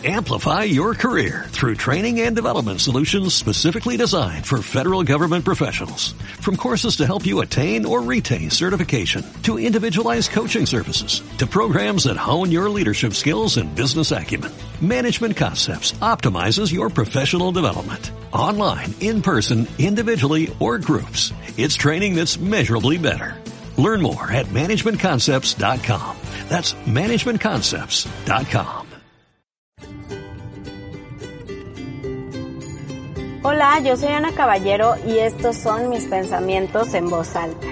Amplify your career through training and development solutions specifically designed for federal government professionals. From courses to help you attain or retain certification, to individualized coaching services, to programs that hone your leadership skills and business acumen, Management Concepts optimizes your professional development. Online, in person, individually, or groups, it's training that's measurably better. Learn more at managementconcepts.com. That's managementconcepts.com. Hola, yo soy Ana Caballero y estos son mis pensamientos en voz alta.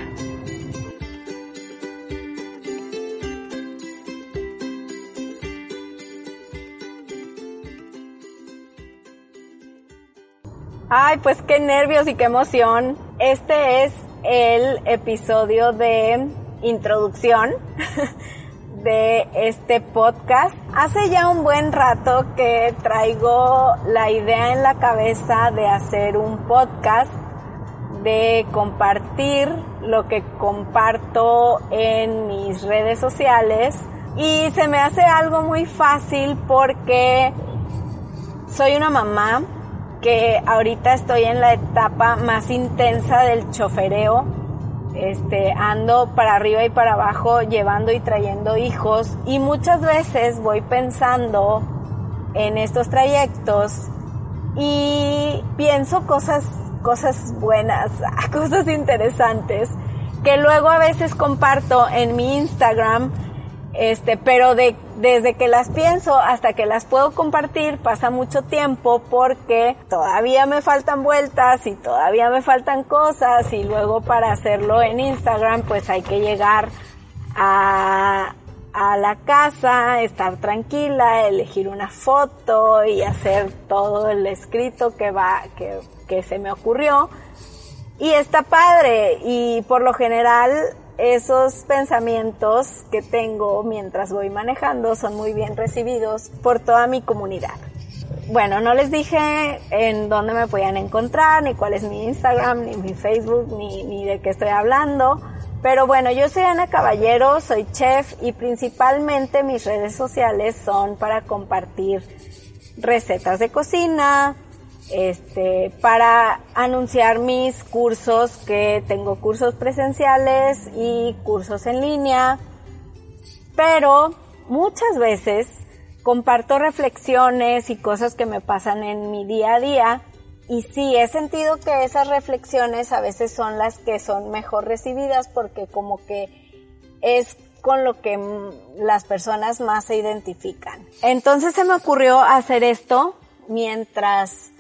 Ay, pues qué nervios y qué emoción. Este es el episodio de introducción de este podcast. Hace ya un buen rato que traigo la idea en la cabeza de hacer un podcast, de compartir lo que comparto en mis redes sociales, y se me hace algo muy fácil porque soy una mamá que ahorita estoy en la etapa más intensa del chofereo. Ando para arriba y para abajo llevando y trayendo hijos, y muchas veces voy pensando en estos trayectos y pienso cosas buenas, cosas interesantes que luego a veces comparto en mi Instagram, pero desde que las pienso hasta que las puedo compartir pasa mucho tiempo, porque todavía me faltan vueltas y todavía me faltan cosas, y luego para hacerlo en Instagram pues hay que llegar a la casa, estar tranquila, elegir una foto y hacer todo el escrito que se me ocurrió, y está padre. Y por lo general esos pensamientos que tengo mientras voy manejando son muy bien recibidos por toda mi comunidad. Bueno, no les dije en dónde me podían encontrar, ni cuál es mi Instagram, ni mi Facebook, ni de qué estoy hablando. Pero bueno, yo soy Ana Caballero, soy chef, y principalmente mis redes sociales son para compartir recetas de cocina, para anunciar mis cursos, que tengo cursos presenciales y cursos en línea, pero muchas veces comparto reflexiones y cosas que me pasan en mi día a día, y sí, he sentido que esas reflexiones a veces son las que son mejor recibidas, porque como que es con lo que las personas más se identifican. Entonces se me ocurrió hacer esto mientras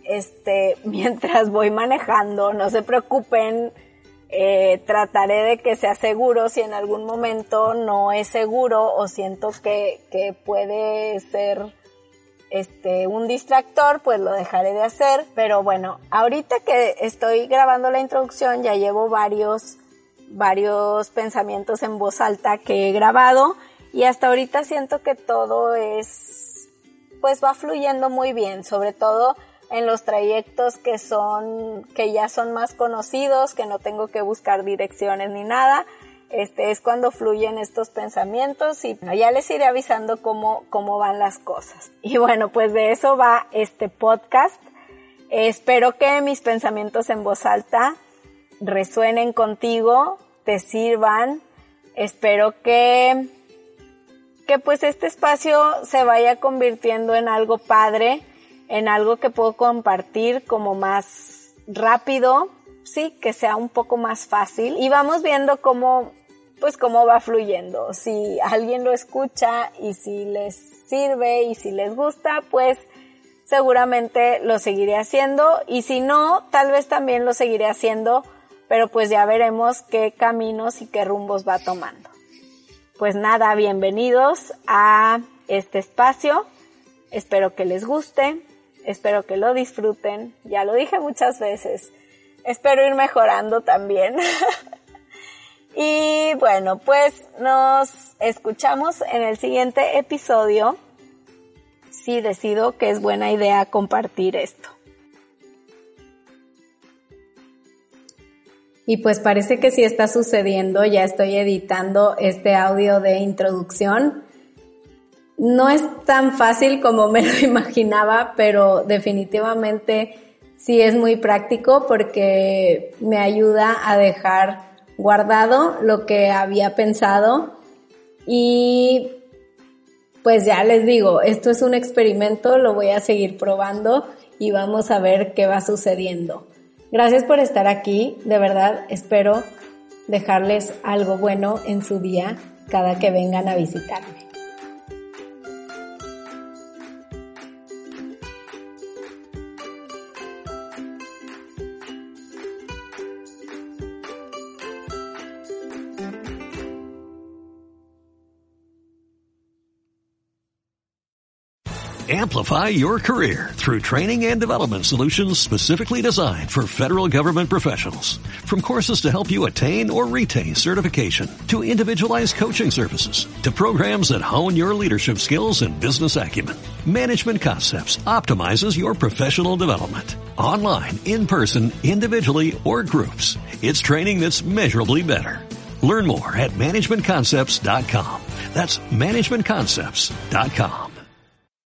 voy manejando. No se preocupen, trataré de que sea seguro. Si en algún momento no es seguro o siento que puede ser un distractor, pues lo dejaré de hacer. Pero bueno, ahorita que estoy grabando la introducción ya llevo varios pensamientos en voz alta que he grabado, y hasta ahorita siento que todo pues va fluyendo muy bien, sobre todo en los trayectos que ya son más conocidos, que no tengo que buscar direcciones ni nada. Es cuando fluyen estos pensamientos, y ya les iré avisando cómo van las cosas. Y bueno, pues de eso va este podcast. Espero que mis pensamientos en voz alta resuenen contigo, te sirvan. Espero que pues este espacio se vaya convirtiendo en algo padre, en algo que puedo compartir como más rápido, sí, que sea un poco más fácil, y vamos viendo cómo va fluyendo. Si alguien lo escucha y si les sirve y si les gusta, pues seguramente lo seguiré haciendo, y si no, tal vez también lo seguiré haciendo, pero pues ya veremos qué caminos y qué rumbos va tomando. Pues nada, bienvenidos a este espacio. Espero que les guste, espero que lo disfruten. Ya lo dije muchas veces, espero ir mejorando también. Y bueno, pues nos escuchamos en el siguiente episodio, si decido que es buena idea compartir esto. Y pues parece que sí está sucediendo. Ya estoy editando este audio de introducción. No es tan fácil como me lo imaginaba, pero definitivamente sí es muy práctico porque me ayuda a dejar guardado lo que había pensado y pues ya les digo, esto es un experimento, lo voy a seguir probando y vamos a ver qué va sucediendo. Gracias por estar aquí, de verdad espero dejarles algo bueno en su día cada que vengan a visitarme. Amplify your career through training and development solutions specifically designed for federal government professionals. From courses to help you attain or retain certification, to individualized coaching services, to programs that hone your leadership skills and business acumen, Management Concepts optimizes your professional development. Online, in person, individually, or groups, it's training that's measurably better. Learn more at managementconcepts.com. That's managementconcepts.com.